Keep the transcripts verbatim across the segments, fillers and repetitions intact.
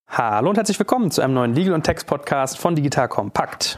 Hallo und herzlich willkommen zu einem neuen Legal und Tax Podcast von Digital Compact.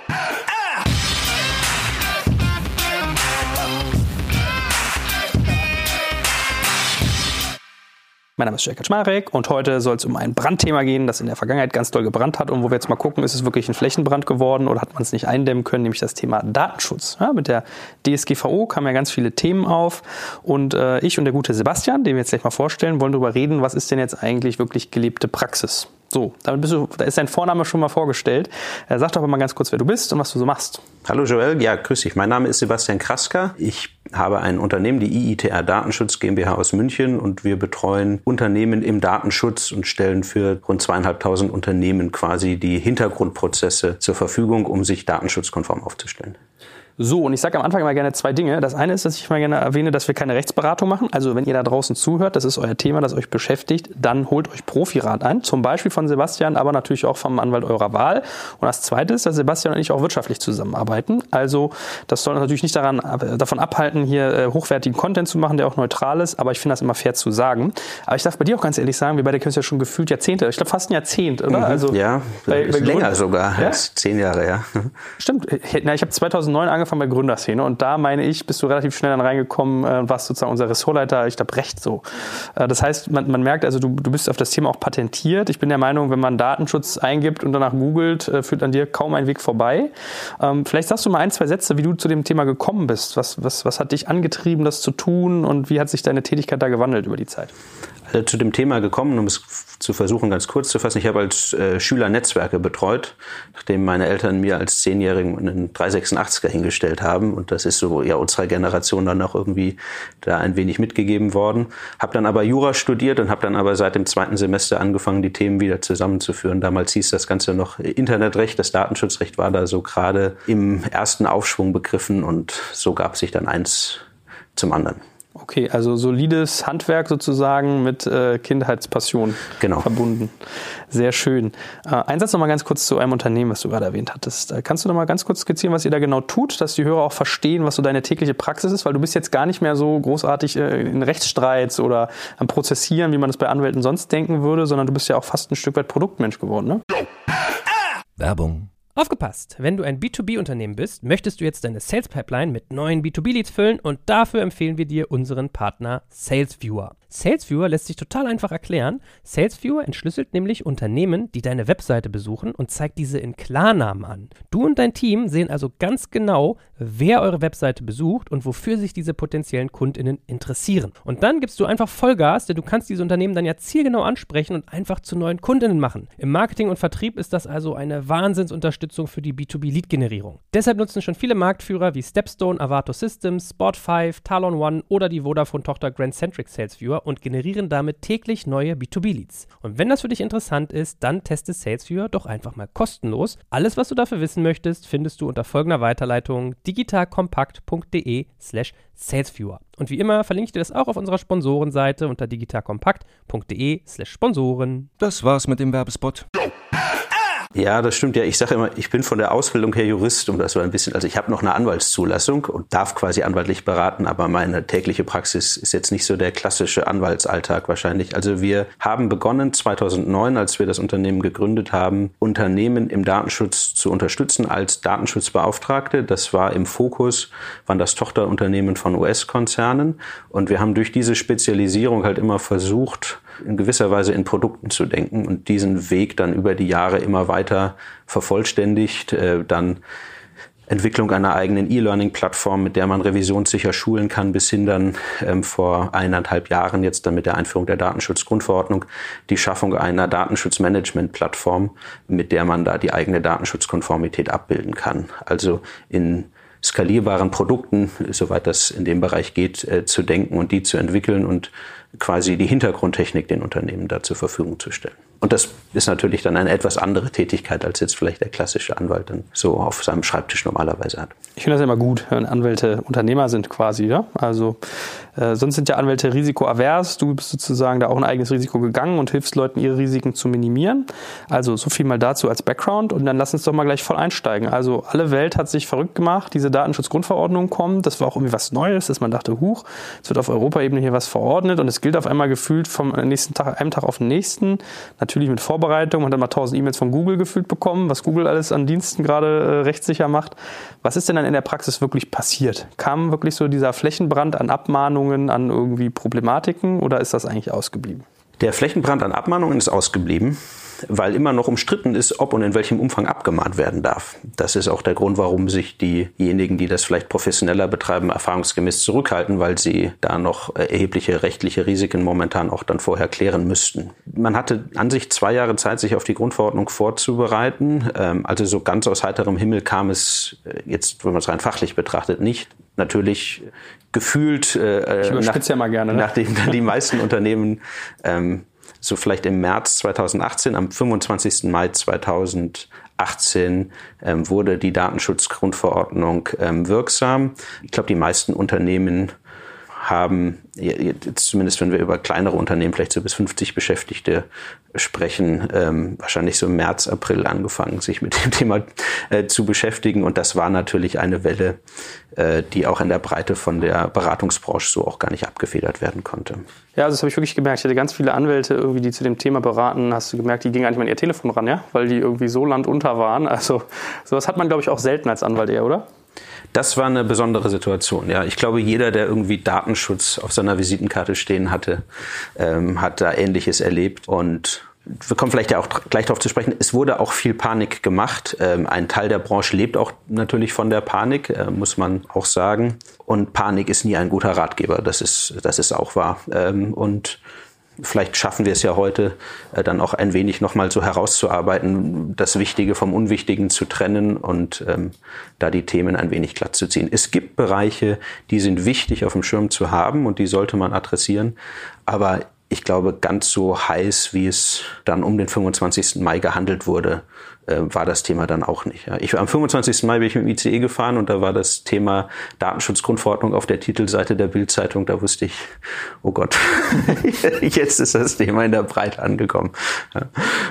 Mein Name ist Jörg Kaczmarek und heute soll es um ein Brandthema gehen, das in der Vergangenheit ganz doll gebrannt hat und wo wir jetzt mal gucken, ist es wirklich ein Flächenbrand geworden oder hat man es nicht eindämmen können, nämlich das Thema Datenschutz. Ja, mit der D S G V O kamen ja ganz viele Themen auf und äh, ich und der gute Sebastian, den wir jetzt gleich mal vorstellen, wollen darüber reden, was ist denn jetzt eigentlich wirklich gelebte Praxis. So, damit bist du, da ist dein Vorname schon mal vorgestellt. Äh, sag doch mal ganz kurz, wer du bist und was du so machst. Hallo Joel, ja, grüß dich. Mein Name ist Sebastian Kraska. Ich habe ein Unternehmen, die I I T R Datenschutz GmbH aus München, und wir betreuen Unternehmen im Datenschutz und stellen für rund zweieinhalbtausend Unternehmen quasi die Hintergrundprozesse zur Verfügung, um sich datenschutzkonform aufzustellen. So, und ich sage am Anfang immer gerne zwei Dinge. Das eine ist, dass ich mal gerne erwähne, dass wir keine Rechtsberatung machen. Also wenn ihr da draußen zuhört, das ist euer Thema, das euch beschäftigt, dann holt euch Profirat ein. Zum Beispiel von Sebastian, aber natürlich auch vom Anwalt eurer Wahl. Und das Zweite ist, dass Sebastian und ich auch wirtschaftlich zusammenarbeiten. Also das soll uns natürlich nicht daran, davon abhalten, hier hochwertigen Content zu machen, der auch neutral ist. Aber ich finde das immer fair zu sagen. Aber ich darf bei dir auch ganz ehrlich sagen, wir beide kennen es ja schon gefühlt Jahrzehnte. Ich glaube fast ein Jahrzehnt, oder? Mhm, also ja, bei, bei länger Grund- sogar, ja? als zehn Jahre, ja. Stimmt. Na, ich habe zweitausendneun angefangen bei Gründerszene und da, meine ich, bist du relativ schnell dann reingekommen, äh, warst sozusagen unser Ressortleiter, ich glaube, recht so. Äh, das heißt, man, man merkt also, du, du bist auf das Thema auch patentiert. Ich bin der Meinung, wenn man Datenschutz eingibt und danach googelt, äh, führt an dir kaum ein Weg vorbei. Ähm, vielleicht sagst du mal ein, zwei Sätze, wie du zu dem Thema gekommen bist. Was, was, was hat dich angetrieben, das zu tun, und wie hat sich deine Tätigkeit da gewandelt über die Zeit? Also zu dem Thema gekommen, um es zu versuchen, ganz kurz zu fassen. Ich habe als äh, Schüler Netzwerke betreut, nachdem meine Eltern mir als Zehnjährigen einen drei sechsundachtziger hingestellt haben. Und das ist so ja unserer Generation dann auch irgendwie da ein wenig mitgegeben worden. Habe dann aber Jura studiert und habe dann aber seit dem zweiten Semester angefangen, die Themen wieder zusammenzuführen. Damals hieß das Ganze noch Internetrecht. Das Datenschutzrecht war da so gerade im ersten Aufschwung begriffen, und so gab sich dann eins zum anderen. Okay, also solides Handwerk sozusagen mit äh, Kindheitspassion Genau. verbunden. Sehr schön. Äh, ein Satz noch mal ganz kurz zu eurem Unternehmen, was du gerade erwähnt hattest. Äh, kannst du noch mal ganz kurz skizzieren, was ihr da genau tut, dass die Hörer auch verstehen, was so deine tägliche Praxis ist? Weil du bist jetzt gar nicht mehr so großartig äh, in Rechtsstreits oder am Prozessieren, wie man das bei Anwälten sonst denken würde, sondern du bist ja auch fast ein Stück weit Produktmensch geworden, ne? Werbung. Aufgepasst! Wenn du ein B zwei B-Unternehmen bist, möchtest du jetzt deine Sales-Pipeline mit neuen B zwei B-Leads füllen, und dafür empfehlen wir dir unseren Partner SalesViewer. SalesViewer lässt sich total einfach erklären. SalesViewer entschlüsselt nämlich Unternehmen, die deine Webseite besuchen, und zeigt diese in Klarnamen an. Du und dein Team sehen also ganz genau, wer eure Webseite besucht und wofür sich diese potenziellen KundInnen interessieren. Und dann gibst du einfach Vollgas, denn du kannst diese Unternehmen dann ja zielgenau ansprechen und einfach zu neuen KundInnen machen. Im Marketing und Vertrieb ist das also eine Wahnsinnsunterstützung für die B zwei B-Lead-Generierung. Deshalb nutzen schon viele Marktführer wie Stepstone, Avato Systems, Spot fünf, Talon One oder die Vodafone-Tochter Grand Centric SalesViewer und generieren damit täglich neue B zwei B-Leads. Und wenn das für dich interessant ist, dann teste SalesViewer doch einfach mal kostenlos. Alles, was du dafür wissen möchtest, findest du unter folgender Weiterleitung digitalkompakt.de slash salesviewer. Und wie immer verlinke ich dir das auch auf unserer Sponsorenseite unter digitalkompakt.de slash Sponsoren. Das war's mit dem Werbespot. Ja, das stimmt ja. Ich sage immer, ich bin von der Ausbildung her Jurist, um das so ein bisschen, also ich habe noch eine Anwaltszulassung und darf quasi anwaltlich beraten, aber meine tägliche Praxis ist jetzt nicht so der klassische Anwaltsalltag wahrscheinlich. Also wir haben begonnen zweitausendneun, als wir das Unternehmen gegründet haben, Unternehmen im Datenschutz zu unterstützen als Datenschutzbeauftragte. Das war im Fokus, waren das Tochterunternehmen von U S-Konzernen, und wir haben durch diese Spezialisierung halt immer versucht, in gewisser Weise in Produkten zu denken und diesen Weg dann über die Jahre immer weiter vervollständigt. Äh, dann Entwicklung einer eigenen E-Learning-Plattform, mit der man revisionssicher schulen kann, bis hin dann ähm, vor eineinhalb Jahren jetzt dann mit der Einführung der Datenschutzgrundverordnung die Schaffung einer Datenschutzmanagement-Plattform, mit der man da die eigene Datenschutzkonformität abbilden kann. Also in skalierbaren Produkten, soweit das in dem Bereich geht, äh, zu denken und die zu entwickeln und quasi die Hintergrundtechnik den Unternehmen da zur Verfügung zu stellen. Und das ist natürlich dann eine etwas andere Tätigkeit, als jetzt vielleicht der klassische Anwalt dann so auf seinem Schreibtisch normalerweise hat. Ich finde das immer gut, wenn Anwälte Unternehmer sind quasi, ja. Also Äh, sonst sind ja Anwälte risikoavers. Du bist sozusagen da auch ein eigenes Risiko gegangen und hilfst Leuten, ihre Risiken zu minimieren. Also so viel mal dazu als Background. Und dann lass uns doch mal gleich voll einsteigen. Also alle Welt hat sich verrückt gemacht. Diese Datenschutzgrundverordnung kommt. Das war auch irgendwie was Neues, dass man dachte, huch, es wird auf Europaebene hier was verordnet und es gilt auf einmal gefühlt vom nächsten Tag, einem Tag auf den nächsten. Natürlich mit Vorbereitung. Man hat dann mal tausend E-Mails von Google gefühlt bekommen, was Google alles an Diensten gerade äh, rechtssicher macht. Was ist denn dann in der Praxis wirklich passiert? Kam wirklich so dieser Flächenbrand an Abmahnungen, an irgendwie Problematiken oder ist das eigentlich ausgeblieben? Der Flächenbrand an Abmahnungen ist ausgeblieben, weil immer noch umstritten ist, ob und in welchem Umfang abgemahnt werden darf. Das ist auch der Grund, warum sich diejenigen, die das vielleicht professioneller betreiben, erfahrungsgemäß zurückhalten, weil sie da noch erhebliche rechtliche Risiken momentan auch dann vorher klären müssten. Man hatte an sich zwei Jahre Zeit, sich auf die Grundverordnung vorzubereiten. Also so ganz aus heiterem Himmel kam es jetzt, wenn man es rein fachlich betrachtet, nicht. Natürlich gefühlt, ich überspitze ja mal gerne, ne? Nachdem dann die meisten Unternehmen ähm, so vielleicht im März zweitausendachtzehn, am fünfundzwanzigsten Mai zweitausendachtzehn ähm, wurde die Datenschutzgrundverordnung ähm, wirksam. Ich glaube, die meisten Unternehmen haben, jetzt zumindest wenn wir über kleinere Unternehmen, vielleicht so bis fünfzig Beschäftigte sprechen, ähm, wahrscheinlich so im März, April angefangen, sich mit dem Thema äh, zu beschäftigen. Und das war natürlich eine Welle, äh, die auch in der Breite von der Beratungsbranche so auch gar nicht abgefedert werden konnte. Ja, also das habe ich wirklich gemerkt. Ich hatte ganz viele Anwälte, irgendwie, die zu dem Thema beraten. Hast du gemerkt, die gingen eigentlich mal an ihr Telefon ran, ja? Weil die irgendwie so landunter waren. Also sowas hat man, glaube ich, auch selten als Anwalt eher, oder? Das war eine besondere Situation. Ja, ich glaube, jeder, der irgendwie Datenschutz auf seiner Visitenkarte stehen hatte, ähm, hat da Ähnliches erlebt. Und wir kommen vielleicht ja auch gleich darauf zu sprechen. Es wurde auch viel Panik gemacht. Ähm, ein Teil der Branche lebt auch natürlich von der Panik, äh, muss man auch sagen. Und Panik ist nie ein guter Ratgeber. Das ist, das ist auch wahr. Ähm, und vielleicht schaffen wir es ja heute äh, dann auch ein wenig nochmal so herauszuarbeiten, das Wichtige vom Unwichtigen zu trennen und ähm, da die Themen ein wenig glatt zu ziehen. Es gibt Bereiche, die sind wichtig auf dem Schirm zu haben und die sollte man adressieren. Aber ich glaube, ganz so heiß, wie es dann um den fünfundzwanzigsten Mai gehandelt wurde, äh, war das Thema dann auch nicht. Ja. Ich, am fünfundzwanzigsten Mai bin ich mit dem I C E gefahren und da war das Thema Datenschutzgrundverordnung auf der Titelseite der Bild-Zeitung. Da wusste ich, oh Gott, jetzt ist das Thema in der Breite angekommen. Ja.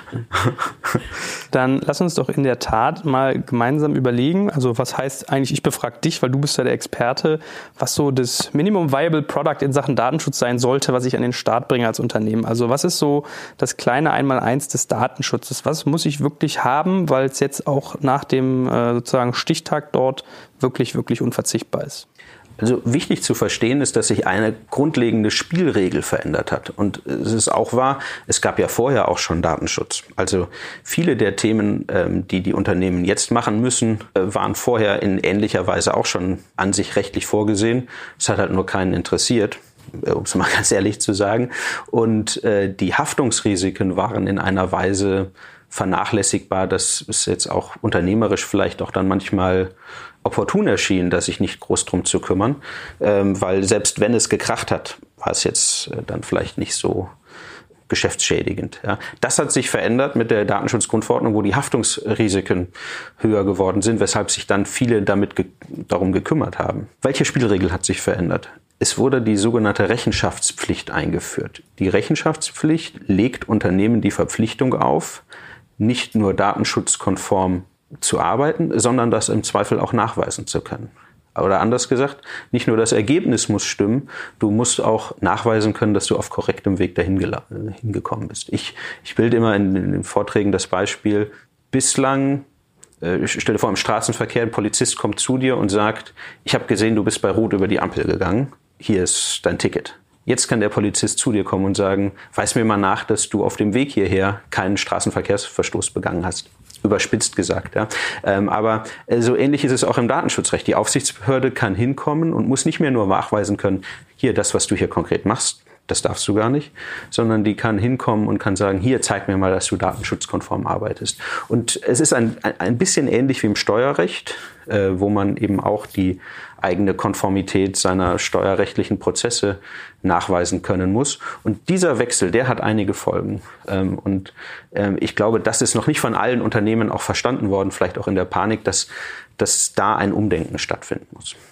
Dann lass uns doch in der Tat mal gemeinsam überlegen, also was heißt eigentlich, ich befrage dich, weil du bist ja der Experte, was so das Minimum Viable Product in Sachen Datenschutz sein sollte, was ich an den Start bringe als Unternehmen. Also was ist so das kleine Einmaleins des Datenschutzes? Was muss ich wirklich haben, weil es jetzt auch nach dem äh, sozusagen Stichtag dort wirklich, wirklich unverzichtbar ist? Also wichtig zu verstehen ist, dass sich eine grundlegende Spielregel verändert hat. Und es ist auch wahr, es gab ja vorher auch schon Datenschutz. Also viele der Themen, die die Unternehmen jetzt machen müssen, waren vorher in ähnlicher Weise auch schon an sich rechtlich vorgesehen. Es hat halt nur keinen interessiert, um es mal ganz ehrlich zu sagen. Und die Haftungsrisiken waren in einer Weise vernachlässigbar, dass es jetzt auch unternehmerisch vielleicht auch dann manchmal opportun erschien, da sich nicht groß drum zu kümmern, ähm, weil selbst wenn es gekracht hat, war es jetzt äh, dann vielleicht nicht so geschäftsschädigend. Ja. Das hat sich verändert mit der Datenschutzgrundverordnung, wo die Haftungsrisiken höher geworden sind, weshalb sich dann viele damit ge- darum gekümmert haben. Welche Spielregel hat sich verändert? Es wurde die sogenannte Rechenschaftspflicht eingeführt. Die Rechenschaftspflicht legt Unternehmen die Verpflichtung auf, nicht nur datenschutzkonform zu arbeiten, sondern das im Zweifel auch nachweisen zu können. Oder anders gesagt, nicht nur das Ergebnis muss stimmen, du musst auch nachweisen können, dass du auf korrektem Weg dahin gel- hingekommen bist. Ich, ich bilde immer in, in den Vorträgen das Beispiel, bislang, äh, stell dir vor, im Straßenverkehr, ein Polizist kommt zu dir und sagt, ich habe gesehen, du bist bei Rot über die Ampel gegangen, hier ist dein Ticket. Jetzt kann der Polizist zu dir kommen und sagen, weis mir mal nach, dass du auf dem Weg hierher keinen Straßenverkehrsverstoß begangen hast. Überspitzt gesagt, ja. Ähm, aber äh, so ähnlich ist es auch im Datenschutzrecht. Die Aufsichtsbehörde kann hinkommen und muss nicht mehr nur nachweisen können, hier, das, was du hier konkret machst, das darfst du gar nicht, sondern die kann hinkommen und kann sagen, hier, zeig mir mal, dass du datenschutzkonform arbeitest. Und es ist ein, ein bisschen ähnlich wie im Steuerrecht, äh, wo man eben auch die eigene Konformität seiner steuerrechtlichen Prozesse nachweisen können muss. Und dieser Wechsel, der hat einige Folgen. Ähm, und ähm, ich glaube, das ist noch nicht von allen Unternehmen auch verstanden worden, vielleicht auch in der Panik, dass, dass da ein Umdenken stattfinden muss. Ja.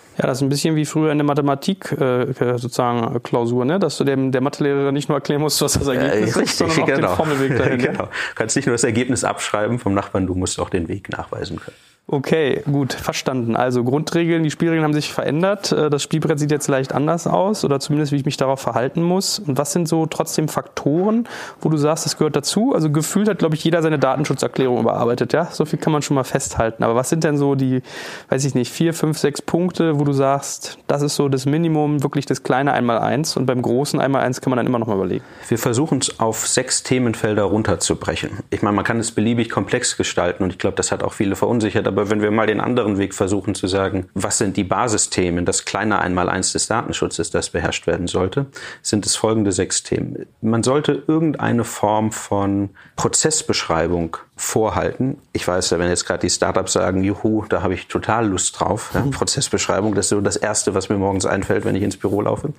Ja, das ist ein bisschen wie früher in der Mathematik äh, sozusagen Klausur, ne? Dass du dem der Mathelehrer nicht nur erklären musst, was das Ergebnis äh, ist, sondern auch genau. den Formelweg dahin. Genau. Du kannst nicht nur das Ergebnis abschreiben vom Nachbarn, du musst auch den Weg nachweisen können. Okay, gut, verstanden. Also Grundregeln, die Spielregeln haben sich verändert. Das Spielbrett sieht jetzt leicht anders aus oder zumindest, wie ich mich darauf verhalten muss. Und was sind so trotzdem Faktoren, wo du sagst, das gehört dazu? Also gefühlt hat, glaube ich, jeder seine Datenschutzerklärung überarbeitet, ja? So viel kann man schon mal festhalten. Aber was sind denn so die, weiß ich nicht, vier, fünf, sechs Punkte, wo du sagst, das ist so das Minimum, wirklich das kleine Einmaleins und beim großen Einmaleins kann man dann immer noch mal überlegen? Wir versuchen es auf sechs Themenfelder runterzubrechen. Ich meine, man kann es beliebig komplex gestalten und ich glaube, das hat auch viele verunsichert, aber wenn wir mal den anderen Weg versuchen zu sagen, was sind die Basisthemen, das kleine Einmaleins des Datenschutzes, das beherrscht werden sollte, sind es folgende sechs Themen. Man sollte irgendeine Form von Prozessbeschreibung vorhalten. Ich weiß ja, wenn jetzt gerade die Startups sagen, juhu, da habe ich total Lust drauf. Ja, Prozessbeschreibung, das ist so das Erste, was mir morgens einfällt, wenn ich ins Büro laufe.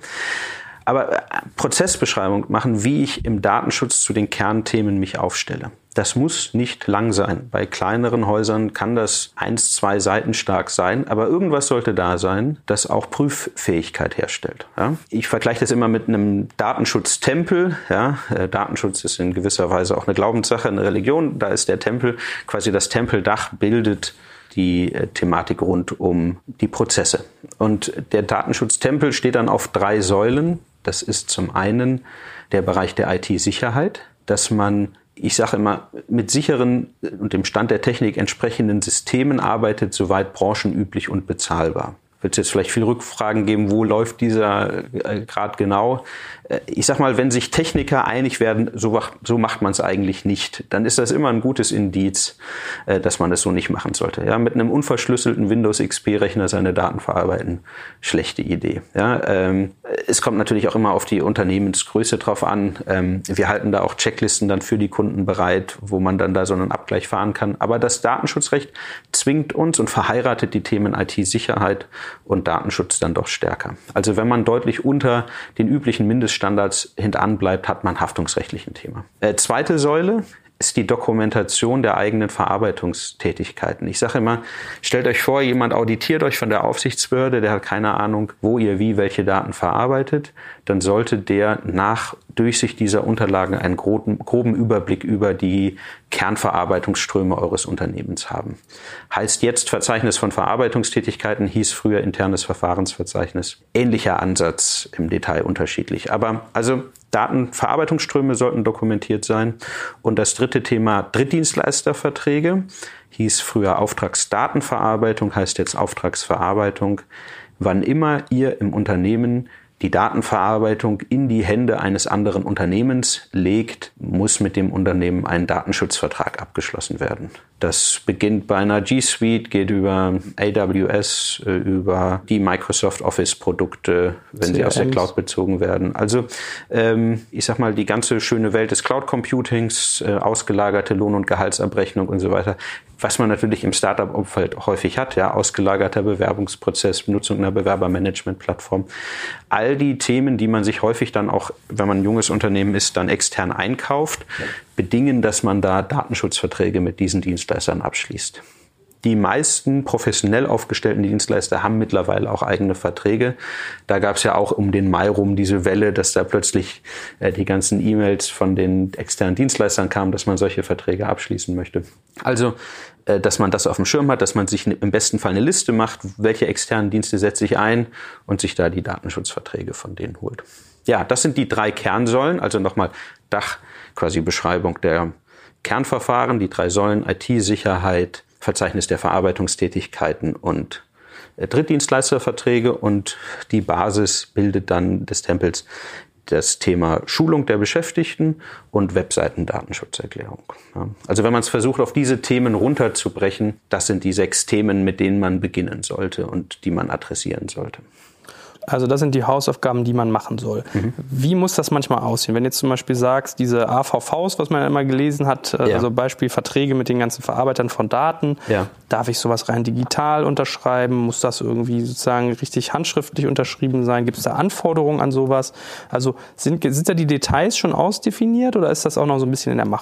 Aber Prozessbeschreibung machen, wie ich im Datenschutz zu den Kernthemen mich aufstelle. Das muss nicht lang sein. Bei kleineren Häusern kann das eins, zwei Seiten stark sein, aber irgendwas sollte da sein, das auch Prüffähigkeit herstellt. Ja? Ich vergleiche das immer mit einem Datenschutztempel. Ja? Datenschutz ist in gewisser Weise auch eine Glaubenssache, eine Religion. Da ist der Tempel, quasi das Tempeldach bildet die Thematik rund um die Prozesse. Und der Datenschutztempel steht dann auf drei Säulen. Das ist zum einen der Bereich der I T-Sicherheit, dass man, ich sage immer, mit sicheren und dem Stand der Technik entsprechenden Systemen arbeitet, soweit branchenüblich und bezahlbar. Wird es jetzt vielleicht viele Rückfragen geben, wo läuft dieser äh, Grad genau? Äh, ich sag mal, wenn sich Techniker einig werden, so, so macht man es eigentlich nicht. Dann ist das immer ein gutes Indiz, äh, dass man das so nicht machen sollte. Ja, mit einem unverschlüsselten Windows X P-Rechner seine Daten verarbeiten, schlechte Idee. Ja, ähm, es kommt natürlich auch immer auf die Unternehmensgröße drauf an. Ähm, wir halten da auch Checklisten dann für die Kunden bereit, wo man dann da so einen Abgleich fahren kann. Aber das Datenschutzrecht zwingt uns und verheiratet die Themen I T-Sicherheit und Datenschutz dann doch stärker. Also wenn man deutlich unter den üblichen Mindeststandards hintan bleibt, hat man haftungsrechtlichen Thema. Äh, zweite Säule ist die Dokumentation der eigenen Verarbeitungstätigkeiten. Ich sage immer, stellt euch vor, jemand auditiert euch von der Aufsichtsbehörde, der hat keine Ahnung, wo ihr wie welche Daten verarbeitet, dann sollte der nach Durchsicht dieser Unterlagen einen groben, groben Überblick über die Kernverarbeitungsströme eures Unternehmens haben. Heißt jetzt Verzeichnis von Verarbeitungstätigkeiten, hieß früher internes Verfahrensverzeichnis. Ähnlicher Ansatz, im Detail unterschiedlich. Aber also Datenverarbeitungsströme sollten dokumentiert sein. Und das dritte Thema Drittdienstleisterverträge hieß früher Auftragsdatenverarbeitung, heißt jetzt Auftragsverarbeitung. Wann immer ihr im Unternehmen die Datenverarbeitung in die Hände eines anderen Unternehmens legt, muss mit dem Unternehmen ein Datenschutzvertrag abgeschlossen werden. Das beginnt bei einer G Suite, geht über A W S, über die Microsoft Office-Produkte, wenn C R Ms. Sie aus der Cloud bezogen werden. Also ähm, ich sag mal, die ganze schöne Welt des Cloud-Computings, äh, ausgelagerte Lohn- und Gehaltsabrechnung und so weiter, was man natürlich im Startup-Umfeld häufig hat, ja, ausgelagerter Bewerbungsprozess, Benutzung einer Bewerbermanagement-Plattform. All die Themen, die man sich häufig dann auch, wenn man ein junges Unternehmen ist, dann extern einkauft, bedingen, dass man da Datenschutzverträge mit diesen Dienstleistern abschließt. Die meisten professionell aufgestellten Dienstleister haben mittlerweile auch eigene Verträge. Da gab es ja auch um den Mai rum diese Welle, dass da plötzlich äh, die ganzen E-Mails von den externen Dienstleistern kamen, dass man solche Verträge abschließen möchte. Also, äh, dass man das auf dem Schirm hat, dass man sich im besten Fall eine Liste macht, welche externen Dienste setze ich ein und sich da die Datenschutzverträge von denen holt. Ja, das sind die drei Kernsäulen, also nochmal Dach, quasi Beschreibung der Kernverfahren, die drei Säulen I T-Sicherheit, Verzeichnis der Verarbeitungstätigkeiten und Drittdienstleisterverträge, und die Basis bildet dann des Tempels das Thema Schulung der Beschäftigten und Webseitendatenschutzerklärung. Ja. Also wenn man es versucht, auf diese Themen runterzubrechen, das sind die sechs Themen, mit denen man beginnen sollte und die man adressieren sollte. Also das sind die Hausaufgaben, die man machen soll. Mhm. Wie muss das manchmal aussehen? Wenn du jetzt zum Beispiel sagst, diese A V Vs, was man immer gelesen hat, ja. also Beispiel Verträge mit den ganzen Verarbeitern von Daten, ja. darf ich sowas rein digital unterschreiben? Muss das irgendwie sozusagen richtig handschriftlich unterschrieben sein? Gibt es da Anforderungen an sowas? Also sind, sind da die Details schon ausdefiniert oder ist das auch noch so ein bisschen in der Mache?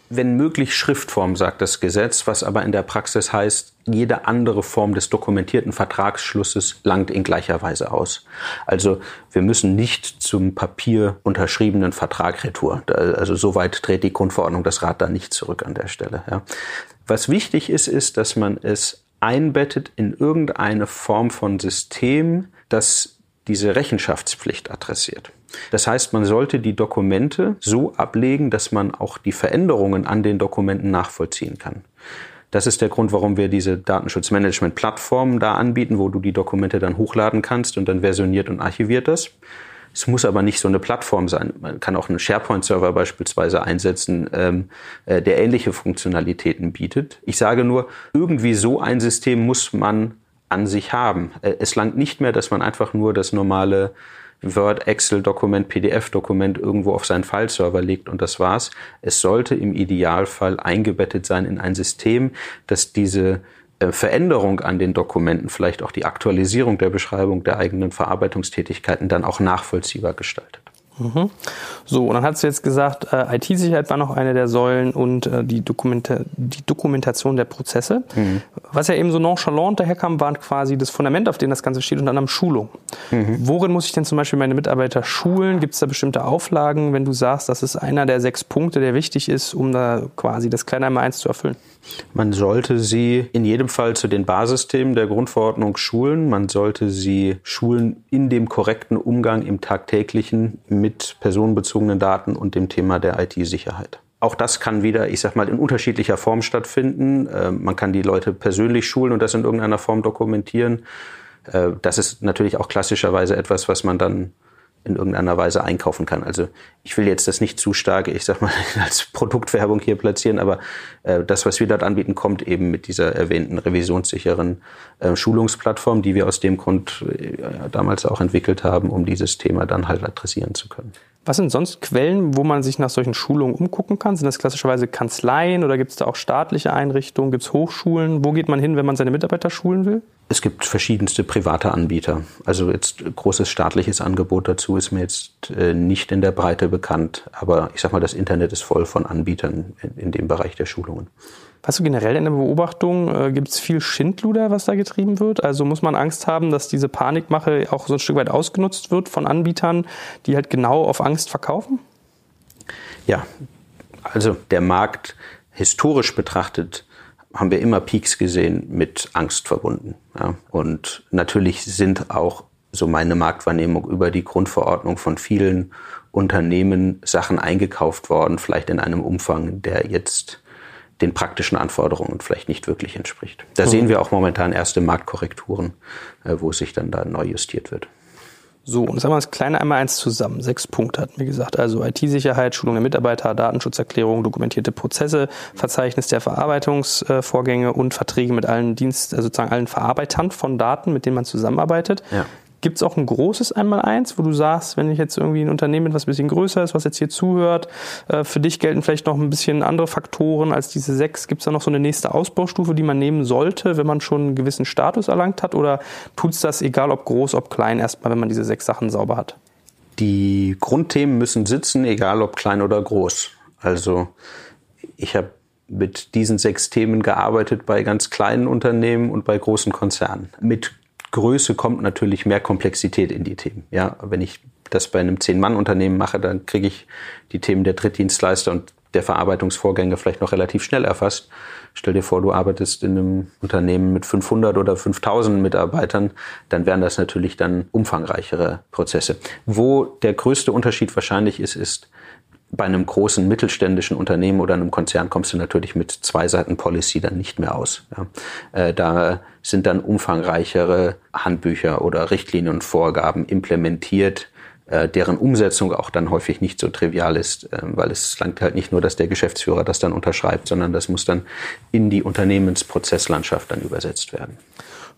wenn möglich Schriftform, sagt das Gesetz, was aber in der Praxis heißt, jede andere Form des dokumentierten Vertragsschlusses langt in gleicher Weise aus. Also wir müssen nicht zum Papier unterschriebenen Vertrag retour. Also soweit dreht die Grundverordnung das Rad da nicht zurück an der Stelle. Ja. Was wichtig ist, ist, dass man es einbettet in irgendeine Form von System, das diese Rechenschaftspflicht adressiert. Das heißt, man sollte die Dokumente so ablegen, dass man auch die Veränderungen an den Dokumenten nachvollziehen kann. Das ist der Grund, warum wir diese Datenschutzmanagement-Plattformen da anbieten, wo du die Dokumente dann hochladen kannst und dann versioniert und archiviert das. Es muss aber nicht so eine Plattform sein. Man kann auch einen SharePoint-Server beispielsweise einsetzen, ähm, äh, der ähnliche Funktionalitäten bietet. Ich sage nur, irgendwie so ein System muss man an sich haben. Äh, es langt nicht mehr, dass man einfach nur das normale Word, Excel-Dokument, P D F-Dokument irgendwo auf seinen File-Server legt und das war's. Es sollte im Idealfall eingebettet sein in ein System, das diese äh, Veränderung an den Dokumenten, vielleicht auch die Aktualisierung der Beschreibung der eigenen Verarbeitungstätigkeiten dann auch nachvollziehbar gestaltet. Mhm. So, und dann hast du jetzt gesagt, äh, I T-Sicherheit war noch eine der Säulen und äh, die, Dokumenta- die Dokumentation der Prozesse. Mhm. Was ja eben so nonchalant daherkam, war quasi das Fundament, auf dem das Ganze steht, unter anderem Schulung. Mhm. Worin muss ich denn zum Beispiel meine Mitarbeiter schulen? Gibt es da bestimmte Auflagen, wenn du sagst, das ist einer der sechs Punkte, der wichtig ist, um da quasi das kleine einmal eins zu erfüllen? Man sollte sie in jedem Fall zu den Basisthemen der Grundverordnung schulen. Man sollte sie schulen in dem korrekten Umgang im tagtäglichen mit personenbezogenen Daten und dem Thema der I T-Sicherheit. Auch das kann wieder, ich sag mal, in unterschiedlicher Form stattfinden. Man kann die Leute persönlich schulen und das in irgendeiner Form dokumentieren. Das ist natürlich auch klassischerweise etwas, was man dann in irgendeiner Weise einkaufen kann. Also ich will jetzt das nicht zu stark, ich sag mal, als Produktwerbung hier platzieren, aber äh, das, was wir dort anbieten, kommt eben mit dieser erwähnten revisionssicheren äh, Schulungsplattform, die wir aus dem Grund äh, damals auch entwickelt haben, um dieses Thema dann halt adressieren zu können. Was sind sonst Quellen, wo man sich nach solchen Schulungen umgucken kann? Sind das klassischerweise Kanzleien oder gibt es da auch staatliche Einrichtungen? Gibt es Hochschulen? Wo geht man hin, wenn man seine Mitarbeiter schulen will? Es gibt verschiedenste private Anbieter. Also jetzt großes staatliches Angebot dazu ist mir jetzt äh, nicht in der Breite bekannt. Aber ich sag mal, das Internet ist voll von Anbietern in, in dem Bereich der Schulungen. Hast du generell eine Beobachtung, äh, gibt es viel Schindluder, was da getrieben wird? Also muss man Angst haben, dass diese Panikmache auch so ein Stück weit ausgenutzt wird von Anbietern, die halt genau auf Angst verkaufen? Ja, also der Markt historisch betrachtet haben wir immer Peaks gesehen mit Angst verbunden. Ja. Und natürlich sind auch, so meine Marktwahrnehmung, über die Grundverordnung von vielen Unternehmen Sachen eingekauft worden, vielleicht in einem Umfang, der jetzt den praktischen Anforderungen vielleicht nicht wirklich entspricht. Da mhm. sehen wir auch momentan erste Marktkorrekturen, wo es sich dann da neu justiert wird. So, und sagen wir das kleine einmal eins zusammen. Sechs Punkte hatten wir gesagt. Also I T-Sicherheit, Schulung der Mitarbeiter, Datenschutzerklärung, dokumentierte Prozesse, Verzeichnis der Verarbeitungsvorgänge und Verträge mit allen Dienst, also sozusagen allen Verarbeitern von Daten, mit denen man zusammenarbeitet. Ja. Gibt es auch ein großes Einmaleins, wo du sagst, wenn ich jetzt irgendwie ein Unternehmen bin, was ein bisschen größer ist, was jetzt hier zuhört, äh, für dich gelten vielleicht noch ein bisschen andere Faktoren als diese sechs. Gibt es da noch so eine nächste Ausbaustufe, die man nehmen sollte, wenn man schon einen gewissen Status erlangt hat? Oder tut es das, egal ob groß, ob klein, erstmal, wenn man diese sechs Sachen sauber hat? Die Grundthemen müssen sitzen, egal ob klein oder groß. Also ich habe mit diesen sechs Themen gearbeitet bei ganz kleinen Unternehmen und bei großen Konzernen. Mit Größe kommt natürlich mehr Komplexität in die Themen. Ja, wenn ich das bei einem Zehn-Mann-Unternehmen mache, dann kriege ich die Themen der Drittdienstleister und der Verarbeitungsvorgänge vielleicht noch relativ schnell erfasst. Stell dir vor, du arbeitest in einem Unternehmen mit fünfhundert oder fünftausend Mitarbeitern, dann wären das natürlich dann umfangreichere Prozesse. Wo der größte Unterschied wahrscheinlich ist, ist, bei einem großen mittelständischen Unternehmen oder einem Konzern kommst du natürlich mit zwei Seiten Policy dann nicht mehr aus. Ja. Äh, da sind dann umfangreichere Handbücher oder Richtlinien und Vorgaben implementiert, äh, deren Umsetzung auch dann häufig nicht so trivial ist, äh, weil es langt halt nicht nur, dass der Geschäftsführer das dann unterschreibt, sondern das muss dann in die Unternehmensprozesslandschaft dann übersetzt werden.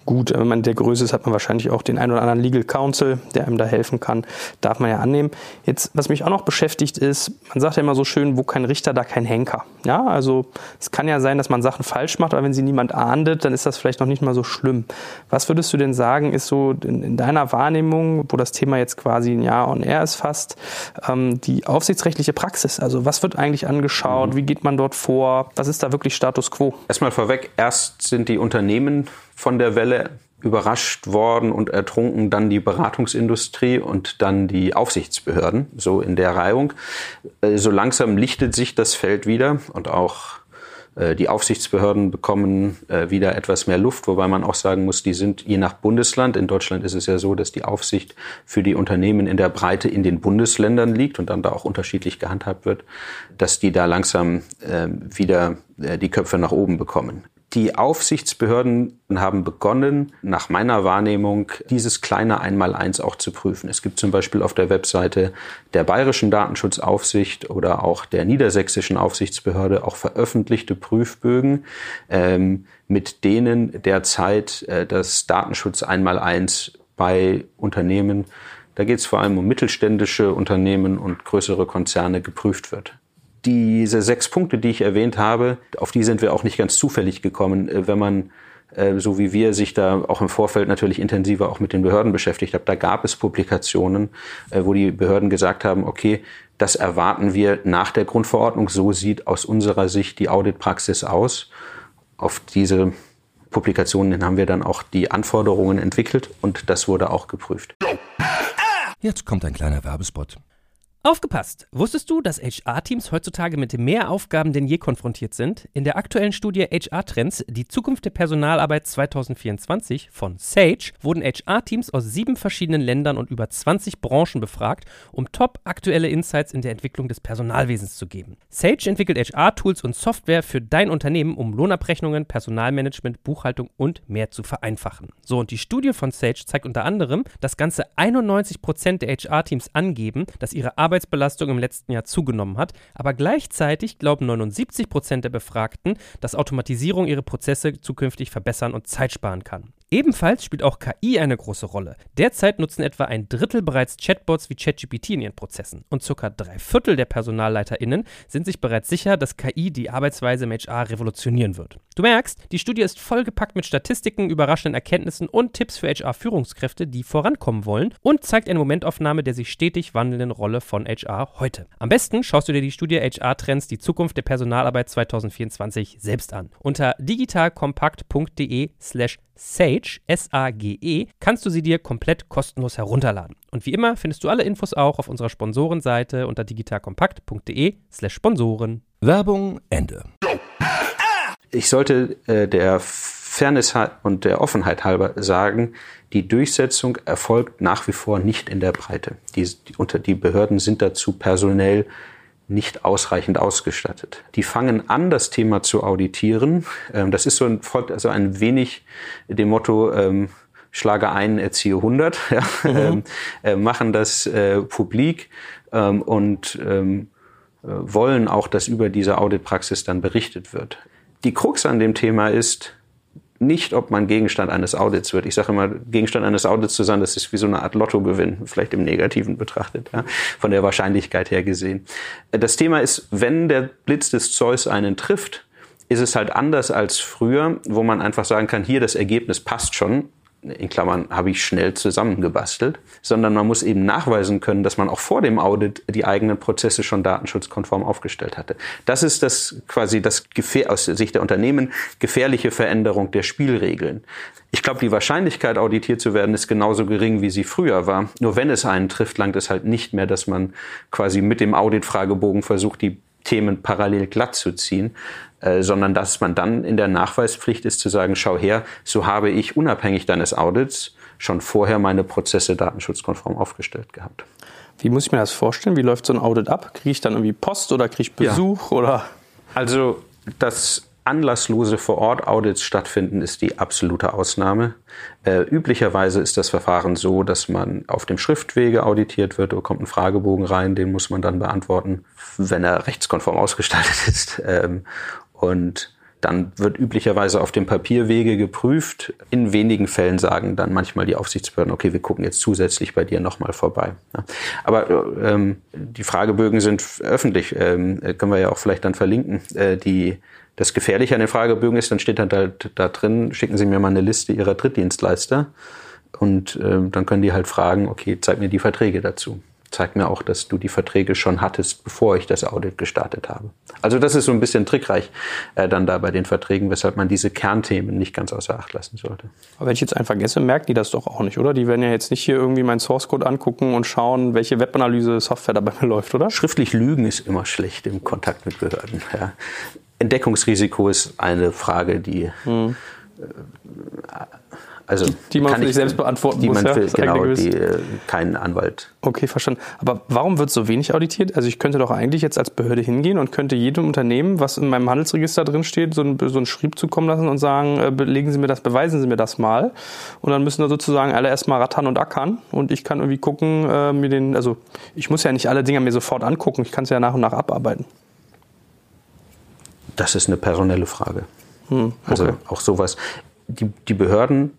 gut. Wenn man der Größe ist, hat man wahrscheinlich auch den einen oder anderen Legal Counsel, der einem da helfen kann. Darf man ja annehmen. Jetzt, was mich auch noch beschäftigt ist, man sagt ja immer so schön, wo kein Richter, da kein Henker. Ja, also es kann ja sein, dass man Sachen falsch macht, aber wenn sie niemand ahndet, dann ist das vielleicht noch nicht mal so schlimm. Was würdest du denn sagen, ist so in, in deiner Wahrnehmung, wo das Thema jetzt quasi ein Jahr on air ist fast, ähm, die aufsichtsrechtliche Praxis? Also was wird eigentlich angeschaut? Wie geht man dort vor? Was ist da wirklich Status quo? Erstmal vorweg, erst sind die Unternehmen von der Welle überrascht worden und ertrunken, dann die Beratungsindustrie und dann die Aufsichtsbehörden, so in der Reihung. So langsam lichtet sich das Feld wieder und auch die Aufsichtsbehörden bekommen wieder etwas mehr Luft, wobei man auch sagen muss, die sind je nach Bundesland. In Deutschland ist es ja so, dass die Aufsicht für die Unternehmen in der Breite in den Bundesländern liegt und dann da auch unterschiedlich gehandhabt wird, dass die da langsam wieder die Köpfe nach oben bekommen. Die Aufsichtsbehörden haben begonnen, nach meiner Wahrnehmung, dieses kleine Einmaleins auch zu prüfen. Es gibt zum Beispiel auf der Webseite der Bayerischen Datenschutzaufsicht oder auch der Niedersächsischen Aufsichtsbehörde auch veröffentlichte Prüfbögen, ähm, mit denen derzeit äh, das Datenschutz Einmaleins bei Unternehmen, da geht es vor allem um mittelständische Unternehmen und größere Konzerne, geprüft wird. Diese sechs Punkte, die ich erwähnt habe, auf die sind wir auch nicht ganz zufällig gekommen. Wenn man, so wie wir, sich da auch im Vorfeld natürlich intensiver auch mit den Behörden beschäftigt hat, da gab es Publikationen, wo die Behörden gesagt haben, okay, das erwarten wir nach der Grundverordnung. So sieht aus unserer Sicht die Auditpraxis aus. Auf diese Publikationen haben wir dann auch die Anforderungen entwickelt und das wurde auch geprüft. Jetzt kommt ein kleiner Werbespot. Aufgepasst! Wusstest du, dass H R-Teams heutzutage mit mehr Aufgaben denn je konfrontiert sind? In der aktuellen Studie H R-Trends, die Zukunft der Personalarbeit zwanzig vierundzwanzig von Sage, wurden H R-Teams aus sieben verschiedenen Ländern und über zwanzig Branchen befragt, um top aktuelle Insights in der Entwicklung des Personalwesens zu geben. Sage entwickelt H R-Tools und Software für dein Unternehmen, um Lohnabrechnungen, Personalmanagement, Buchhaltung und mehr zu vereinfachen. So, und die Studie von Sage zeigt unter anderem, dass ganze einundneunzig Prozent der H R-Teams angeben, dass ihre Arbeit Arbeitsbelastung im letzten Jahr zugenommen hat, aber gleichzeitig glauben neunundsiebzig Prozent der Befragten, dass Automatisierung ihre Prozesse zukünftig verbessern und Zeit sparen kann. Ebenfalls spielt auch K I eine große Rolle. Derzeit nutzen etwa ein Drittel bereits Chatbots wie ChatGPT in ihren Prozessen und circa drei Viertel der PersonalleiterInnen sind sich bereits sicher, dass K I die Arbeitsweise im H R revolutionieren wird. Du merkst, die Studie ist vollgepackt mit Statistiken, überraschenden Erkenntnissen und Tipps für H R-Führungskräfte, die vorankommen wollen und zeigt eine Momentaufnahme der sich stetig wandelnden Rolle von H R heute. Am besten schaust du dir die Studie H R-Trends, die Zukunft der Personalarbeit zwanzig vierundzwanzig selbst an. Unter digitalkompakt.de slash Sage, S A G E, kannst du sie dir komplett kostenlos herunterladen. Und wie immer findest du alle Infos auch auf unserer Sponsorenseite unter digitalkompakt.de slash Sponsoren. Werbung Ende. Ich sollte äh, der Fairness und der Offenheit halber sagen, die Durchsetzung erfolgt nach wie vor nicht in der Breite. Die, die, unter, die Behörden sind dazu personell nicht ausreichend ausgestattet. Die fangen an, das Thema zu auditieren. Das ist so ein, folgt also ein wenig dem Motto, ähm, schlage ein, erziehe hundert, ja, mhm. ähm, machen das äh, publik ähm, und ähm, wollen auch, dass über diese Auditpraxis dann berichtet wird. Die Krux an dem Thema ist nicht, ob man Gegenstand eines Audits wird. Ich sage immer, Gegenstand eines Audits zu sein, das ist wie so eine Art Lottogewinn, vielleicht im Negativen betrachtet, ja, von der Wahrscheinlichkeit her gesehen. Das Thema ist, wenn der Blitz des Zeus einen trifft, ist es halt anders als früher, wo man einfach sagen kann, hier, das Ergebnis passt schon, in Klammern habe ich schnell zusammengebastelt, sondern man muss eben nachweisen können, dass man auch vor dem Audit die eigenen Prozesse schon datenschutzkonform aufgestellt hatte. Das ist das quasi das Gefähr- aus Sicht der Unternehmen gefährliche Veränderung der Spielregeln. Ich glaube, die Wahrscheinlichkeit, auditiert zu werden, ist genauso gering, wie sie früher war. Nur wenn es einen trifft, langt es halt nicht mehr, dass man quasi mit dem Audit-Fragebogen versucht, die Themen parallel glatt zu ziehen, äh, sondern dass man dann in der Nachweispflicht ist, zu sagen, schau her, so habe ich unabhängig deines Audits schon vorher meine Prozesse datenschutzkonform aufgestellt gehabt. Wie muss ich mir das vorstellen? Wie läuft so ein Audit ab? Kriege ich dann irgendwie Post oder kriege ich Besuch? Ja. Oder? Also das anlasslose Vor-Ort-Audits stattfinden, ist die absolute Ausnahme. Äh, üblicherweise ist das Verfahren so, dass man auf dem Schriftwege auditiert wird, da kommt ein Fragebogen rein, den muss man dann beantworten, wenn er rechtskonform ausgestaltet ist. Ähm, und Dann wird üblicherweise auf dem Papierwege geprüft. In wenigen Fällen sagen dann manchmal die Aufsichtsbehörden, okay, wir gucken jetzt zusätzlich bei dir nochmal vorbei. Ja. Aber ähm, die Fragebögen sind öffentlich, ähm, können wir ja auch vielleicht dann verlinken. Äh, die, das Gefährliche an den Fragebögen ist, dann steht dann halt da drin, schicken Sie mir mal eine Liste Ihrer Drittdienstleister. Und äh, dann können die halt fragen, okay, zeig mir die Verträge dazu. Zeig mir auch, dass du die Verträge schon hattest, bevor ich das Audit gestartet habe. Also das ist so ein bisschen trickreich äh, dann da bei den Verträgen, weshalb man diese Kernthemen nicht ganz außer Acht lassen sollte. Aber wenn ich jetzt einen vergesse, merken die das doch auch nicht, oder? Die werden ja jetzt nicht hier irgendwie meinen Source-Code angucken und schauen, welche Webanalyse-Software dabei läuft, oder? Schriftlich lügen ist immer schlecht im Kontakt mit Behörden. Ja. Entdeckungsrisiko ist eine Frage, die... Hm. Äh, Also die, die man für sich selbst beantworten die muss, man für, ja, genau, die äh, keinen Anwalt. Okay, verstanden. Aber warum wird so wenig auditiert? Also ich könnte doch eigentlich jetzt als Behörde hingehen und könnte jedem Unternehmen, was in meinem Handelsregister drin steht, so ein, so ein Schrieb zukommen lassen und sagen, äh, belegen Sie mir das, beweisen Sie mir das mal. Und dann müssen da sozusagen alle erstmal rattern und ackern. Und ich kann irgendwie gucken, äh, mir den, also ich muss ja nicht alle Dinger mir sofort angucken, ich kann es ja nach und nach abarbeiten. Das ist eine personelle Frage. Hm, okay. Also auch sowas. Die, die Behörden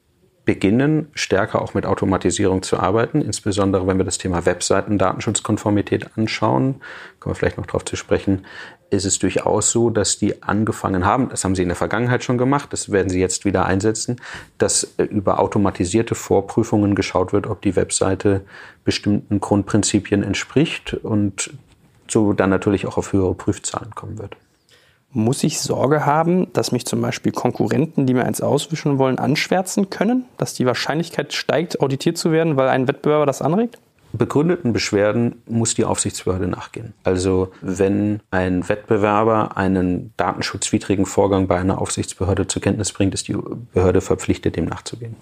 beginnen stärker auch mit Automatisierung zu arbeiten, insbesondere wenn wir das Thema Webseiten-Datenschutzkonformität anschauen, kommen wir vielleicht noch darauf zu sprechen, ist es durchaus so, dass die angefangen haben, das haben sie in der Vergangenheit schon gemacht, das werden sie jetzt wieder einsetzen, dass über automatisierte Vorprüfungen geschaut wird, ob die Webseite bestimmten Grundprinzipien entspricht und so dann natürlich auch auf höhere Prüfzahlen kommen wird. Muss ich Sorge haben, dass mich zum Beispiel Konkurrenten, die mir eins auswischen wollen, anschwärzen können? Dass die Wahrscheinlichkeit steigt, auditiert zu werden, weil ein Wettbewerber das anregt? Begründeten Beschwerden muss die Aufsichtsbehörde nachgehen. Also wenn ein Wettbewerber einen datenschutzwidrigen Vorgang bei einer Aufsichtsbehörde zur Kenntnis bringt, ist die Behörde verpflichtet, dem nachzugehen.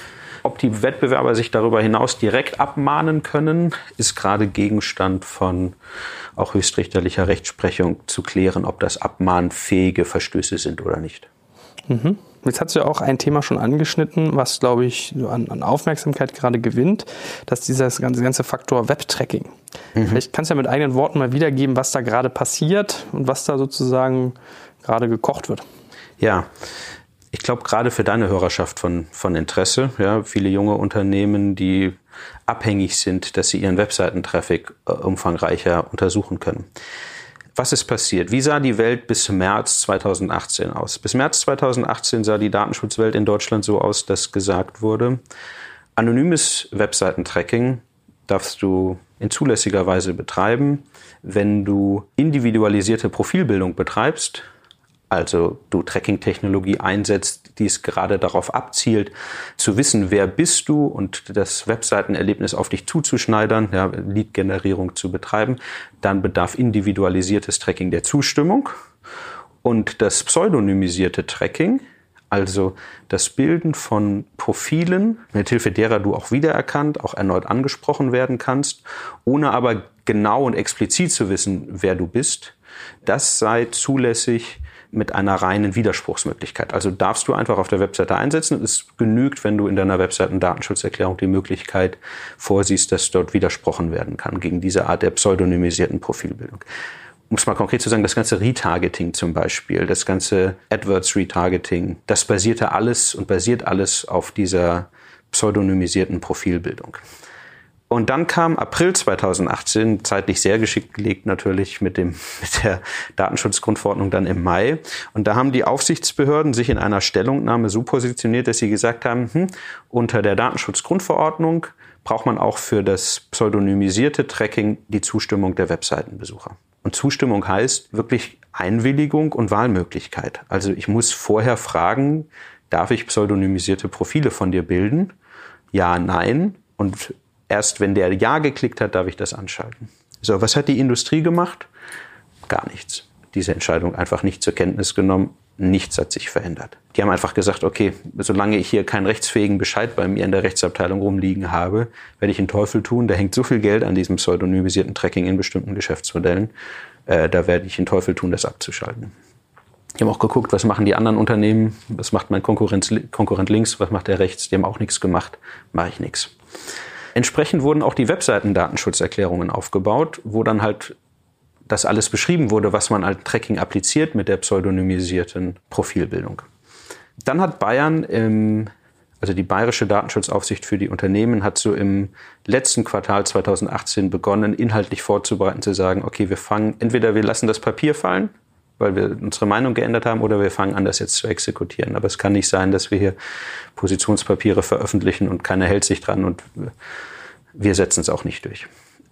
Ob die Wettbewerber sich darüber hinaus direkt abmahnen können, ist gerade Gegenstand von auch höchstrichterlicher Rechtsprechung zu klären, ob das abmahnfähige Verstöße sind oder nicht. Mhm. Jetzt hast du ja auch ein Thema schon angeschnitten, was, glaube ich, an, an Aufmerksamkeit gerade gewinnt, dass dieser ganze, ganze Faktor Webtracking. Mhm. Vielleicht kannst du ja mit eigenen Worten mal wiedergeben, was da gerade passiert und was da sozusagen gerade gekocht wird. Ja, ich glaube, gerade für deine Hörerschaft von, von Interesse, ja, viele junge Unternehmen, die abhängig sind, dass sie ihren Webseitentraffic äh, umfangreicher untersuchen können. Was ist passiert? Wie sah die Welt bis März zweitausendachtzehn aus? Bis März zweitausendachtzehn sah die Datenschutzwelt in Deutschland so aus, dass gesagt wurde, anonymes Webseitentracking darfst du in zulässiger Weise betreiben, wenn du individualisierte Profilbildung betreibst, also du Tracking-Technologie einsetzt, die es gerade darauf abzielt, zu wissen, wer bist du und das Webseitenerlebnis auf dich zuzuschneidern, ja, Lead-Generierung zu betreiben, dann bedarf individualisiertes Tracking der Zustimmung und das pseudonymisierte Tracking, also das Bilden von Profilen, mithilfe derer du auch wiedererkannt, auch erneut angesprochen werden kannst, ohne aber genau und explizit zu wissen, wer du bist, das sei zulässig mit einer reinen Widerspruchsmöglichkeit. Also darfst du einfach auf der Webseite einsetzen. Es genügt, wenn du in deiner Webseiten-Datenschutzerklärung die Möglichkeit vorsiehst, dass dort widersprochen werden kann gegen diese Art der pseudonymisierten Profilbildung. Um es mal konkret zu sagen, das ganze Retargeting zum Beispiel, das ganze AdWords-Retargeting, das basierte alles und basiert alles auf dieser pseudonymisierten Profilbildung. Und dann kam April zweitausendachtzehn, zeitlich sehr geschickt gelegt natürlich mit dem mit der Datenschutzgrundverordnung dann im Mai. Und da haben die Aufsichtsbehörden sich in einer Stellungnahme so positioniert, dass sie gesagt haben, hm, unter der Datenschutzgrundverordnung braucht man auch für das pseudonymisierte Tracking die Zustimmung der Webseitenbesucher. Und Zustimmung heißt wirklich Einwilligung und Wahlmöglichkeit. Also ich muss vorher fragen, darf ich pseudonymisierte Profile von dir bilden? Ja, nein. Und erst wenn der Ja geklickt hat, darf ich das anschalten. So, was hat die Industrie gemacht? Gar nichts. Diese Entscheidung einfach nicht zur Kenntnis genommen. Nichts hat sich verändert. Die haben einfach gesagt, okay, solange ich hier keinen rechtsfähigen Bescheid bei mir in der Rechtsabteilung rumliegen habe, werde ich den Teufel tun. Da hängt so viel Geld an diesem pseudonymisierten Tracking in bestimmten Geschäftsmodellen. Äh, da werde ich den Teufel tun, das abzuschalten. Die haben auch geguckt, was machen die anderen Unternehmen, was macht mein Konkurrenz, Konkurrent links, was macht der rechts. Die haben auch nichts gemacht, mache ich nichts. Entsprechend wurden auch die Webseiten-Datenschutzerklärungen aufgebaut, wo dann halt das alles beschrieben wurde, was man als Tracking appliziert mit der pseudonymisierten Profilbildung. Dann hat Bayern, im, also die Bayerische Datenschutzaufsicht für die Unternehmen, hat so im letzten Quartal zweitausendachtzehn begonnen, inhaltlich vorzubereiten, zu sagen, okay, wir fangen, entweder wir lassen das Papier fallen, weil wir unsere Meinung geändert haben, oder wir fangen an, das jetzt zu exekutieren. Aber es kann nicht sein, dass wir hier Positionspapiere veröffentlichen und keiner hält sich dran und wir setzen es auch nicht durch.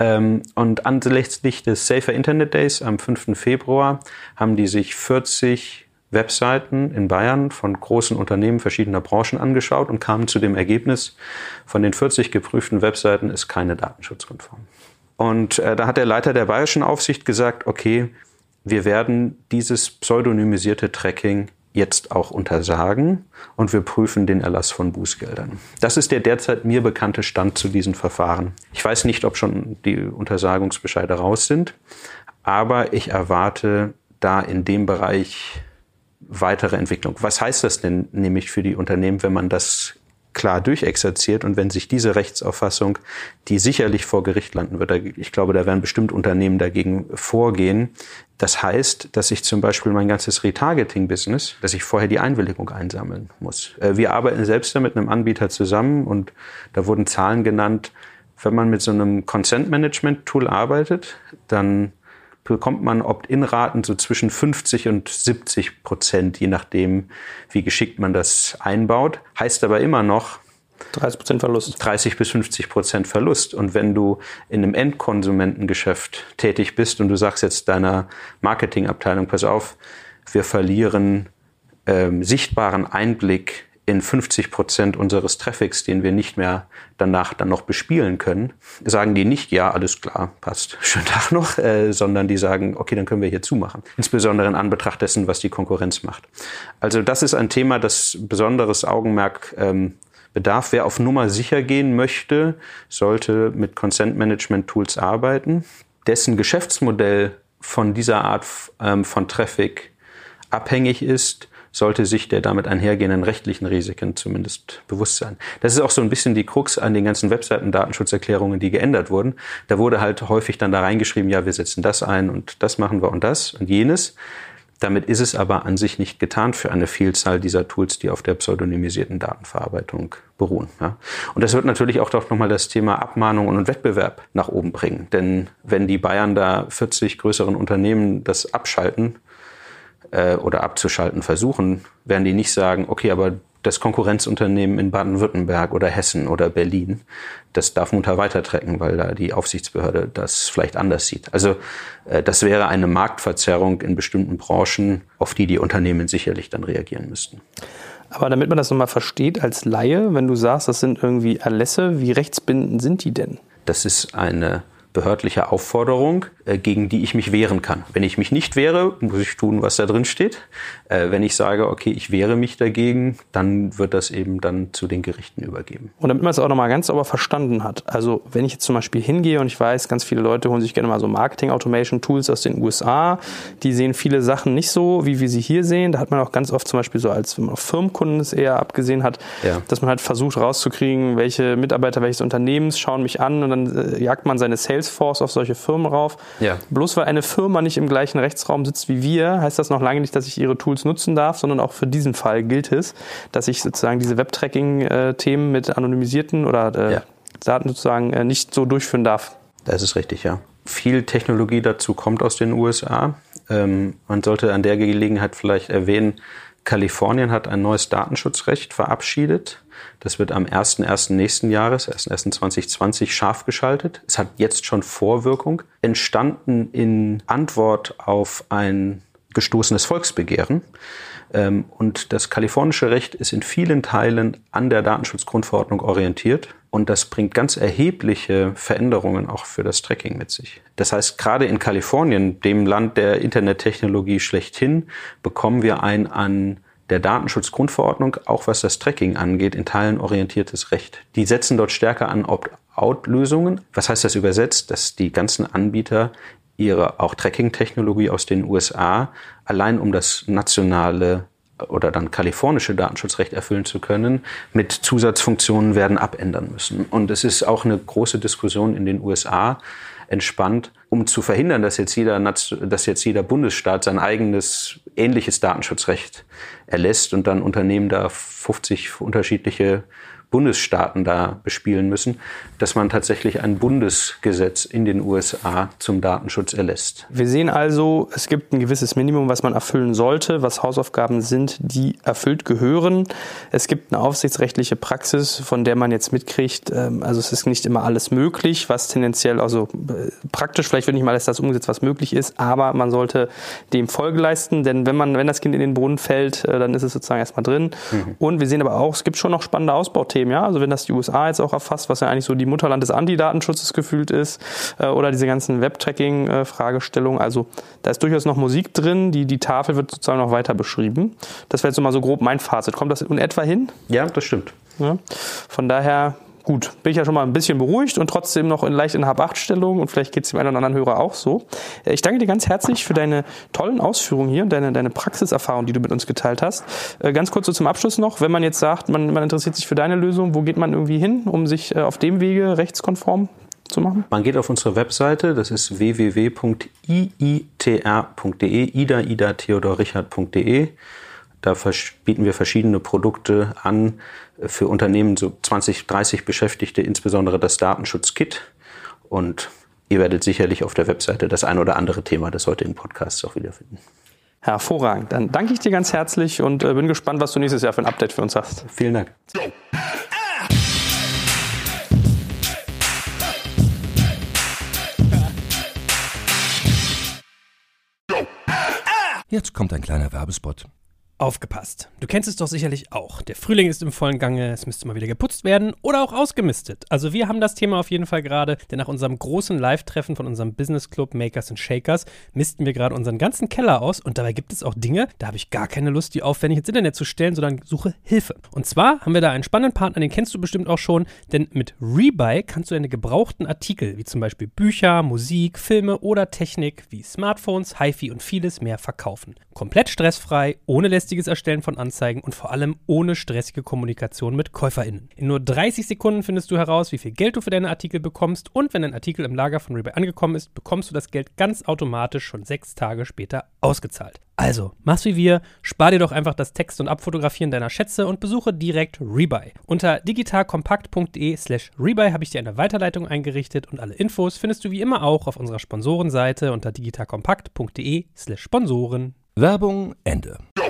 Und anlässlich des Safer Internet Days am fünften Februar haben die sich vierzig Webseiten in Bayern von großen Unternehmen verschiedener Branchen angeschaut und kamen zu dem Ergebnis, von den vierzig geprüften Webseiten ist keine datenschutzkonform. Und äh, da hat der Leiter der Bayerischen Aufsicht gesagt, okay, wir werden dieses pseudonymisierte Tracking jetzt auch untersagen und wir prüfen den Erlass von Bußgeldern. Das ist der derzeit mir bekannte Stand zu diesen Verfahren. Ich weiß nicht, ob schon die Untersagungsbescheide raus sind, aber ich erwarte da in dem Bereich weitere Entwicklung. Was heißt das denn nämlich für die Unternehmen, wenn man das klar durchexerziert und wenn sich diese Rechtsauffassung, die sicherlich vor Gericht landen wird, ich glaube, da werden bestimmt Unternehmen dagegen vorgehen. Das heißt, dass ich zum Beispiel mein ganzes Retargeting-Business, dass ich vorher die Einwilligung einsammeln muss. Wir arbeiten selbst da mit einem Anbieter zusammen und da wurden Zahlen genannt. Wenn man mit so einem Consent-Management-Tool arbeitet, dann bekommt man Opt-in-Raten so zwischen fünfzig und siebzig Prozent, je nachdem, wie geschickt man das einbaut. Heißt aber immer noch dreißig Prozent Verlust. dreißig bis fünfzig Prozent Verlust. Und wenn du in einem Endkonsumentengeschäft tätig bist und du sagst jetzt deiner Marketingabteilung, pass auf, wir verlieren ähm, sichtbaren Einblick in fünfzig Prozent unseres Traffics, den wir nicht mehr danach dann noch bespielen können, sagen die nicht, ja, alles klar, passt, schönen Tag noch, äh, sondern die sagen, okay, dann können wir hier zumachen. Insbesondere in Anbetracht dessen, was die Konkurrenz macht. Also das ist ein Thema, das besonderes Augenmerk ähm, bedarf. Wer auf Nummer sicher gehen möchte, sollte mit Consent-Management-Tools arbeiten, dessen Geschäftsmodell von dieser Art ähm, von Traffic abhängig ist, sollte sich der damit einhergehenden rechtlichen Risiken zumindest bewusst sein. Das ist auch so ein bisschen die Krux an den ganzen Webseiten-Datenschutzerklärungen, die geändert wurden. Da wurde halt häufig dann da reingeschrieben, ja, wir setzen das ein und das machen wir und das und jenes. Damit ist es aber an sich nicht getan für eine Vielzahl dieser Tools, die auf der pseudonymisierten Datenverarbeitung beruhen. Ja. Und das wird natürlich auch doch nochmal das Thema Abmahnung und Wettbewerb nach oben bringen. Denn wenn die Bayern da vierzig größeren Unternehmen das abschalten, oder abzuschalten versuchen, werden die nicht sagen, okay, aber das Konkurrenzunternehmen in Baden-Württemberg oder Hessen oder Berlin, das darf munter weitertracken, weil da die Aufsichtsbehörde das vielleicht anders sieht. Also das wäre eine Marktverzerrung in bestimmten Branchen, auf die die Unternehmen sicherlich dann reagieren müssten. Aber damit man das nochmal versteht als Laie, wenn du sagst, das sind irgendwie Erlässe, wie rechtsbindend sind die denn? Das ist eine behördliche Aufforderung, äh, gegen die ich mich wehren kann. Wenn ich mich nicht wehre, muss ich tun, was da drin steht. Äh, wenn ich sage, okay, ich wehre mich dagegen, dann wird das eben dann zu den Gerichten übergeben. Und damit man es auch nochmal ganz sauber verstanden hat, also wenn ich jetzt zum Beispiel hingehe und ich weiß, ganz viele Leute holen sich gerne mal so Marketing-Automation-Tools aus den U S A, die sehen viele Sachen nicht so, wie wir sie hier sehen. Da hat man auch ganz oft zum Beispiel so, als wenn man auf Firmenkunden es eher abgesehen hat, ja, dass man halt versucht rauszukriegen, welche Mitarbeiter welches Unternehmens schauen mich an und dann äh, jagt man seine Sales Force auf solche Firmen rauf. Ja. Bloß weil eine Firma nicht im gleichen Rechtsraum sitzt wie wir, heißt das noch lange nicht, dass ich ihre Tools nutzen darf, sondern auch für diesen Fall gilt es, dass ich sozusagen diese Web-Tracking-Themen mit anonymisierten oder äh, ja. Daten sozusagen äh, nicht so durchführen darf. Das ist richtig, ja. Viel Technologie dazu kommt aus den U S A. Ähm, man sollte an der Gelegenheit vielleicht erwähnen, Kalifornien hat ein neues Datenschutzrecht verabschiedet. Das wird am ersten ersten nächsten Jahres, ersten ersten zweitausendzwanzig, scharf geschaltet. Es hat jetzt schon Vorwirkung. Entstanden in Antwort auf ein gestoßenes Volksbegehren. Und das kalifornische Recht ist in vielen Teilen an der Datenschutzgrundverordnung orientiert. Und das bringt ganz erhebliche Veränderungen auch für das Tracking mit sich. Das heißt, gerade in Kalifornien, dem Land der Internettechnologie schlechthin, bekommen wir ein an der Datenschutzgrundverordnung, auch was das Tracking angeht, in Teilen orientiertes Recht. Die setzen dort stärker an Opt-out-Lösungen. Was heißt das übersetzt? Dass die ganzen Anbieter ihre auch Tracking-Technologie aus den U S A allein um das nationale oder dann kalifornische Datenschutzrecht erfüllen zu können, mit Zusatzfunktionen werden abändern müssen. Und es ist auch eine große Diskussion in den U S A entspannt, um zu verhindern, dass jetzt jeder, dass jetzt jeder Bundesstaat sein eigenes ähnliches Datenschutzrecht erlässt und dann Unternehmen da fünfzig unterschiedliche Bundesstaaten da bespielen müssen, dass man tatsächlich ein Bundesgesetz in den U S A zum Datenschutz erlässt. Wir sehen also, es gibt ein gewisses Minimum, was man erfüllen sollte, was Hausaufgaben sind, die erfüllt gehören. Es gibt eine aufsichtsrechtliche Praxis, von der man jetzt mitkriegt, also es ist nicht immer alles möglich, was tendenziell, also praktisch, vielleicht wird nicht mal alles das umgesetzt, was möglich ist, aber man sollte dem Folge leisten, denn wenn man, wenn das Kind in den Brunnen fällt, dann ist es sozusagen erstmal drin. Mhm. Und wir sehen aber auch, es gibt schon noch spannende Ausbauthemen. Ja, also wenn das die U S A jetzt auch erfasst, was ja eigentlich so die Mutterland des Anti-Datenschutzes gefühlt ist, äh, oder diese ganzen Web-Tracking-Fragestellungen, also da ist durchaus noch Musik drin, die, die Tafel wird sozusagen noch weiter beschrieben. Das wäre jetzt so mal so grob mein Fazit. Kommt das in etwa hin? Ja, das stimmt. Ja, von daher... Gut, bin ich ja schon mal ein bisschen beruhigt und trotzdem noch in leicht in Hab acht Stellung und vielleicht geht es dem einen oder anderen Hörer auch so. Ich danke dir ganz herzlich für deine tollen Ausführungen hier und deine, deine Praxiserfahrung, die du mit uns geteilt hast. Ganz kurz so zum Abschluss noch, wenn man jetzt sagt, man, man interessiert sich für deine Lösung, wo geht man irgendwie hin, um sich auf dem Wege rechtskonform zu machen? Man geht auf unsere Webseite, das ist w w w punkt i i t r punkt d e, ida ida theodor richard punkt d e. Da bieten wir verschiedene Produkte an für Unternehmen, so zwanzig, dreißig Beschäftigte, insbesondere das Datenschutz-Kit. Und ihr werdet sicherlich auf der Webseite das ein oder andere Thema des heutigen Podcasts auch wiederfinden. Hervorragend. Dann danke ich dir ganz herzlich und bin gespannt, was du nächstes Jahr für ein Update für uns hast. Vielen Dank. Jetzt kommt ein kleiner Werbespot. Aufgepasst. Du kennst es doch sicherlich auch. Der Frühling ist im vollen Gange, es müsste mal wieder geputzt werden oder auch ausgemistet. Also wir haben das Thema auf jeden Fall gerade, denn nach unserem großen Live-Treffen von unserem Business Club Makers and Shakers missten wir gerade unseren ganzen Keller aus und dabei gibt es auch Dinge, da habe ich gar keine Lust, die aufwendig ins Internet zu stellen, sondern suche Hilfe. Und zwar haben wir da einen spannenden Partner, den kennst du bestimmt auch schon, denn mit Rebuy kannst du deine gebrauchten Artikel, wie zum Beispiel Bücher, Musik, Filme oder Technik wie Smartphones, HiFi und vieles mehr verkaufen. Komplett stressfrei, ohne lästiges Erstellen von Anzeigen und vor allem ohne stressige Kommunikation mit KäuferInnen. In nur dreißig Sekunden findest du heraus, wie viel Geld du für deine Artikel bekommst und wenn dein Artikel im Lager von Rebuy angekommen ist, bekommst du das Geld ganz automatisch schon sechs Tage später ausgezahlt. Also, mach's wie wir, spar dir doch einfach das Text- und Abfotografieren deiner Schätze und besuche direkt Rebuy. Unter digitalkompakt punkt de slash Rebuy habe ich dir eine Weiterleitung eingerichtet und alle Infos findest du wie immer auch auf unserer Sponsorenseite unter digitalkompakt punkt de slash Sponsoren. Werbung Ende.